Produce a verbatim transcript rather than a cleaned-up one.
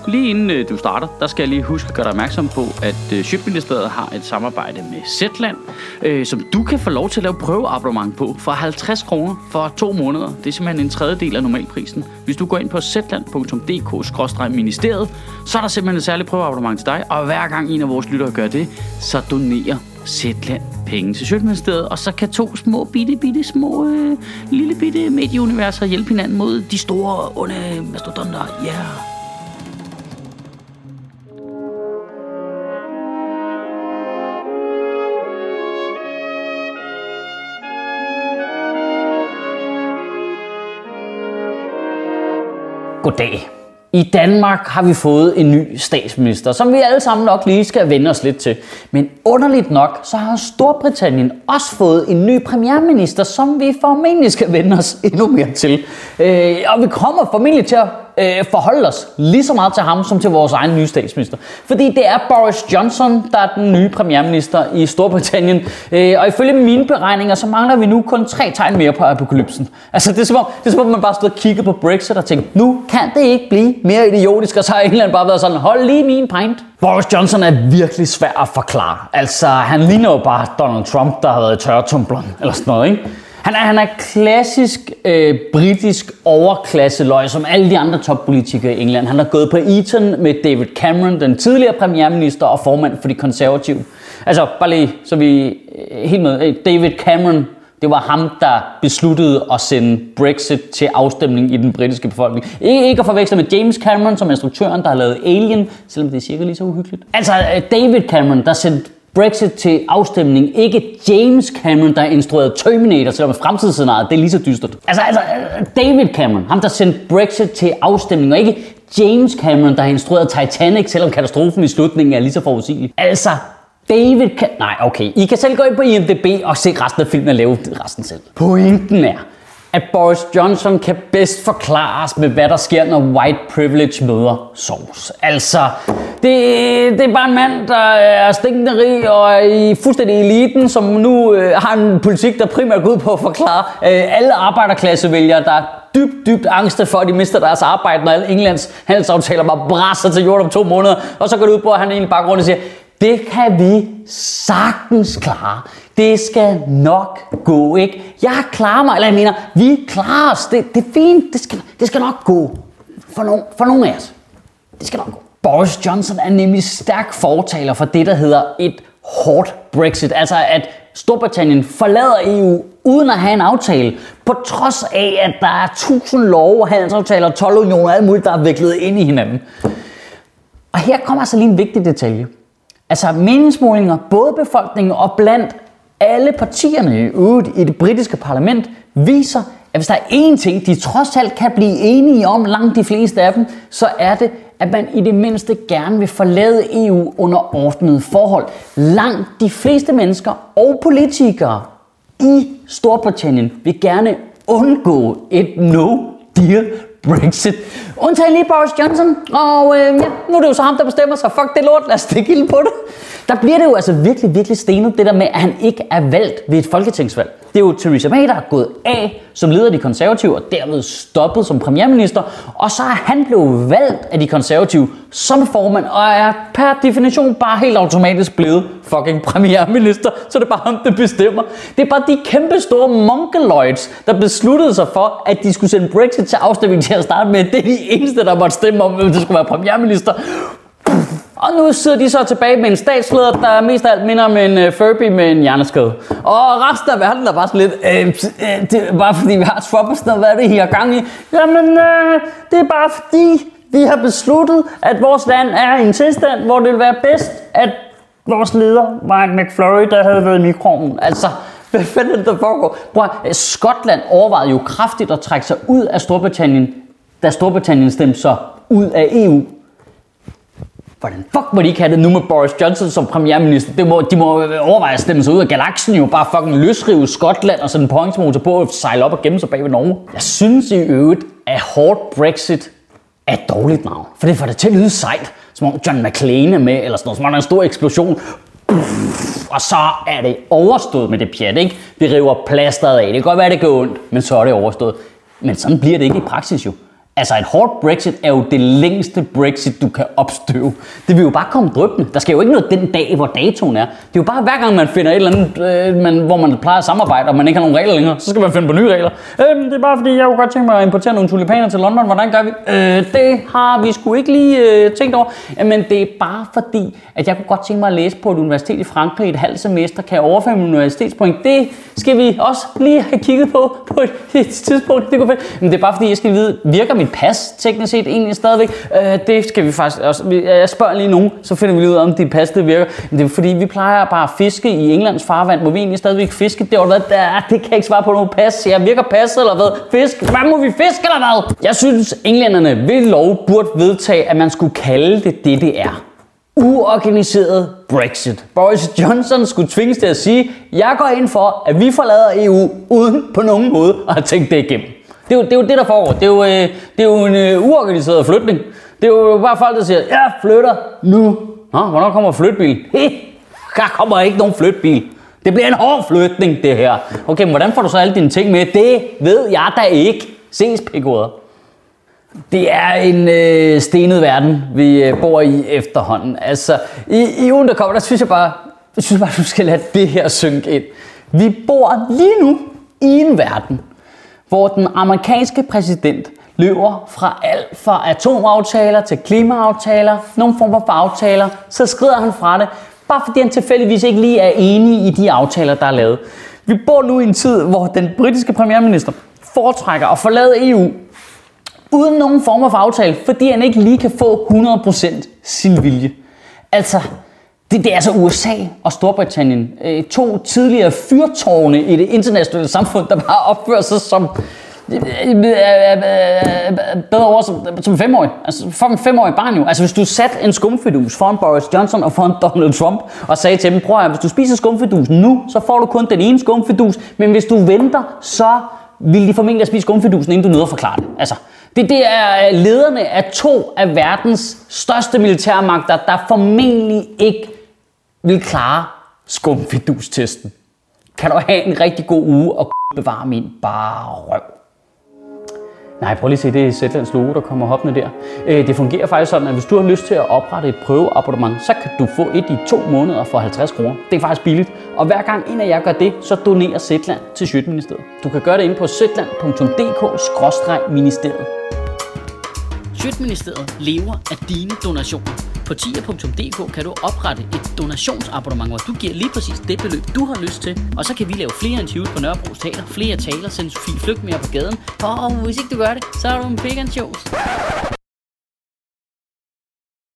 lige inden øh, du starter, der skal jeg lige huske at gøre dig opmærksom på, at øh, Sjøtministeriet har et samarbejde med Zetland, øh, som du kan få lov til at lave prøveabonnement på for halvtreds kroner for to måneder. Det er simpelthen en tredjedel af normalprisen. Hvis du går ind på zetland punktum d k skråstreg ministeriet, så er der simpelthen et særligt prøveabonnement til dig, og hver gang en af vores lyttere gør det, så donerer Zetland penge til Sjøtministeriet, og så kan to små, bitte, bitte, små, øh, lille bitte medieuniverser hjælpe hinanden mod de store, onde mastodonter. Ja. Yeah. Goddag. I Danmark har vi fået en ny statsminister, som vi alle sammen nok lige skal vende os lidt til. Men underligt nok, så har Storbritannien også fået en ny premierminister, som vi formentlig skal vende os endnu mere til. Øh, og vi kommer formentlig til at øh, forholde os lige så meget til ham, som til vores egen nye statsminister. Fordi det er Boris Johnson, der er den nye premierminister i Storbritannien. Øh, og ifølge mine beregninger, så mangler vi nu kun tre tegn mere på apokalypsen. Altså det er som om, det er som om man bare stod og kiggede på Brexit og tænkte, nu kan det ikke blive mere idiotisk, og så har England bare været sådan, hold lige min pint. Boris Johnson er virkelig svær at forklare. Altså, han ligner jo bare Donald Trump, der har været i tørretumbleren, eller sådan noget, ikke? Han er, han er klassisk øh, britisk overklasseløg, som alle de andre toppolitikere i England. Han har gået på Eton med David Cameron, den tidligere premierminister og formand for de konservative. Altså, bare lige, så vi helt med. David Cameron, det var ham, der besluttede at sende Brexit til afstemning i den britiske befolkning. Ikke, ikke at forveksle med James Cameron, som er instruktøren, der har lavet Alien, selvom det er cirka lige så uhyggeligt. Altså, David Cameron, der sendte Brexit til afstemning. Ikke James Cameron, der instruerede Terminator, selvom fremtidsscenariet det er lige så dystert. Altså, altså, David Cameron, ham der sendte Brexit til afstemning, og ikke James Cameron, der har instrueret Titanic, selvom katastrofen i slutningen er lige så forudsigelig. Altså, David kan... Nej, okay. I kan selv gå ind på I M D B og se resten af filmen og lave resten selv. Pointen er, at Boris Johnson kan bedst forklares med, hvad der sker, når white privilege møder sovs. Altså, det, det er bare en mand, der er stinkende rig og er i fuldstændig eliten, som nu øh, har en politik, der primært går ud på at forklare øh, alle arbejderklassevælgere, der er dybt, dybt angste for, at de mister deres arbejde, når alle Englands handelsaftaler bare brasser til jorden om to måneder. Og så går det ud på, at han egentlig bare går rundt og siger, det kan vi sagtens klare. Det skal nok gå, ikke? Jeg klarer mig, eller jeg mener, vi klarer os. Det, det er fint. Det skal, det skal nok gå. For, no, for nogle af os. Det skal nok gå. Boris Johnson er nemlig stærk fortaler for det, der hedder et hårdt Brexit. Altså, at Storbritannien forlader E U uden at have en aftale. På trods af, at der er tusind love, handelsaftaler, toldunioner og alt muligt, der er viklet ind i hinanden. Og her kommer altså lige en vigtig detalje. Altså meningsmålinger, både befolkningen og blandt alle partierne i øvrigt i det britiske parlament, viser, at hvis der er én ting, de trods alt kan blive enige om, langt de fleste af dem, så er det, at man i det mindste gerne vil forlade E U under ordnede forhold. Langt de fleste mennesker og politikere i Storbritannien vil gerne undgå et no-deal Brexit. Undtagen lige Boris Johnson. Og øh, ja, nu er det jo så ham, der bestemmer sig. Fuck det lort, lad os stikke ild på det. Der bliver det jo altså virkelig, virkelig stenet, det der med, at han ikke er valgt ved et folketingsvalg. Det er jo Theresa May, der er gået af som leder af de konservative, og derved stoppet som premierminister. Og så er han blevet valgt af de konservative som formand, og er per definition bare helt automatisk blevet fucking premierminister. Så det er bare ham, der bestemmer. Det er bare de kæmpe store monkeloids, der besluttede sig for, at de skulle sende Brexit til afstemning til at starte med. Det er de eneste, der måtte stemme om, hvem det skulle være premierminister. Og nu sidder de så tilbage med en statsleder, der mest af alt minder om en uh, Furby med en hjerneskade. Og resten af verden er bare sådan lidt, øh, øh, det er bare fordi vi har Trump og sådan noget, hvad er det, I har gang i? Jamen, øh, det er bare fordi, vi har besluttet, at vores land er i en tilstand, hvor det vil være bedst, at vores leder var en McFlurry, der havde været i mikroovnen. Altså, hvad fanden der foregår? Bror, Skotland overvejede jo kraftigt at trække sig ud af Storbritannien, da Storbritannien stemte sig ud af E U. Hvordan fuck må de ikke have det nu med Boris Johnson som premierminister? Det må, de må overveje at stemme sig ud af galaksen, jo bare fucking løsrive Skotland og sætte en påhængsmotor på og sejle op og gemme sig bag ved Norge. Jeg synes i øvrigt, at hårdt Brexit er et dårligt navn. For det får det til at lyde sejt, som om John McClane er med, eller sådan noget, som om der er en stor eksplosion. Og så er det overstået med det pjat, ikke? Vi river plasteret af. Det kan godt være, det går ondt, men så er det overstået. Men sådan bliver det ikke i praksis jo. Altså et hårdt Brexit er jo det længste Brexit, du kan opstøve. Det vil jo bare komme dryppende. Der skal jo ikke noget den dag, hvor datoen er. Det er jo bare hver gang man finder et eller andet, øh, man, hvor man plejer at samarbejde, og man ikke har nogen regler længere, så skal man finde på nye regler. Øh, det er bare fordi, jeg kunne godt tænke mig at importere nogle tulipaner til London. Hvordan gør vi? Øh, det har vi sgu ikke lige øh, tænkt over. Men det er bare fordi, at jeg kunne godt tænke mig at læse på et universitet i Frankrig i et halvt semester. Kan jeg overføre min universitetspoint? Det skal vi også lige have kigget på på et, et tidspunkt. Det, kunne Men det er bare fordi, jeg skal vide, virker mit pas teknisk set egentlig stadigvæk? Øh, det skal vi faktisk også. Jeg spørger lige nogen, så finder vi lige ud af, om dit pas det virker. Men det er fordi, vi plejer bare at fiske i Englands farvand. Må vi egentlig stadigvæk fiske? Det, der, der, det kan jeg ikke svare på noget pas. Jeg virker pas eller hvad? Fisk? Hvad må vi fiske eller hvad? Jeg synes, englænderne ved lov burde vedtage, at man skulle kalde det det, det er. Uorganiseret Brexit. Boris Johnson skulle tvinges til at sige, jeg går ind for, at vi forlader E U uden på nogen måde at have tænkt det igennem. Det er jo det, er jo det der foregår. Det er jo, øh, det er jo en øh, uorganiseret flytning. Det er jo bare folk, der siger, jeg flytter nu. Nå, hvornår kommer flytbil? He, der kommer ikke nogen flytbil. Det bliver en hård flytning, det her. Okay, men hvordan får du så alle dine ting med? Det ved jeg da ikke. Ses, pækoder. Det er en øh, stenet verden, vi øh, bor i efterhånden. Altså, i, i ugen der kommer, der synes jeg bare, jeg synes bare, du skal lade det her synke ind. Vi bor lige nu i en verden, hvor den amerikanske præsident løber fra alt fra atomaftaler til klimaaftaler, nogle former for aftaler, så skrider han fra det, bare fordi han tilfældigvis ikke lige er enig i de aftaler, der er lavet. Vi bor nu i en tid, hvor den britiske premierminister foretrækker at forlade E U, uden nogen former for aftale, fordi han ikke lige kan få hundrede procent sin vilje. Altså, det, det er altså U S A og Storbritannien, øh, to tidligere fyrtårne i det internationale samfund, der bare opfører sig som bedre over som, som femårig. Altså fucking femårig barn jo. Altså hvis du satte en skumfidus foran Boris Johnson og foran Donald Trump og sagde til dem, prøv at hvis du spiser skumfidusen nu, så får du kun den ene skumfidus, men hvis du venter, så vil de formentlig at spise skumfidusen, inden du nåede at forklare det. Altså, det, det er lederne af to af verdens største militærmagter, der formentlig ikke vil klare skumfidus-testen. Kan du have en rigtig god uge og bevare min bare røv. Nej, prøv lige at se, det er Zetlands logo, der kommer hoppende der. Det fungerer faktisk sådan, at hvis du har lyst til at oprette et prøveabonnement, så kan du få et i to måneder for halvtreds kroner. Det er faktisk billigt. Og hver gang en af jer gør det, så donerer Zetland til Sjøtministeriet. Du kan gøre det inde på zetland punktum d k skråstreg ministeriet. Sjøtministeriet lever af dine donationer. På tier punktum d k kan du oprette et donationsabonnement, hvor du giver lige præcis det beløb, du har lyst til. Og så kan vi lave flere interviews på Nørrebro Teater, flere taler, sende Sofie Flygt mere på gaden. Og hvis ikke du gør det, så er du en vegan shows.